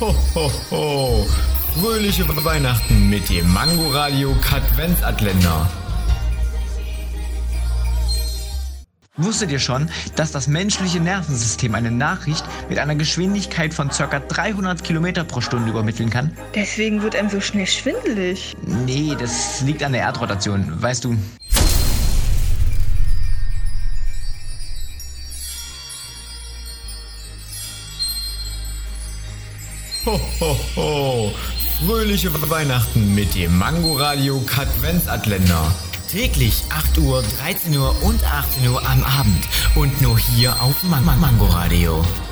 Ho, ho, ho. Fröhliche Weihnachten mit dem Mangoradio Katwenzatländer. Wusstet ihr schon, dass das menschliche Nervensystem eine Nachricht mit einer Geschwindigkeit von ca. 300 km pro Stunde übermitteln kann? Deswegen wird einem so schnell schwindelig. Nee, das liegt an der Erdrotation, weißt du. Ho, ho, ho. Fröhliche Weihnachten mit dem Mangoradio Katwenzatländer. Täglich 8 Uhr, 13 Uhr und 18 Uhr am Abend. Und nur hier auf Mangoradio.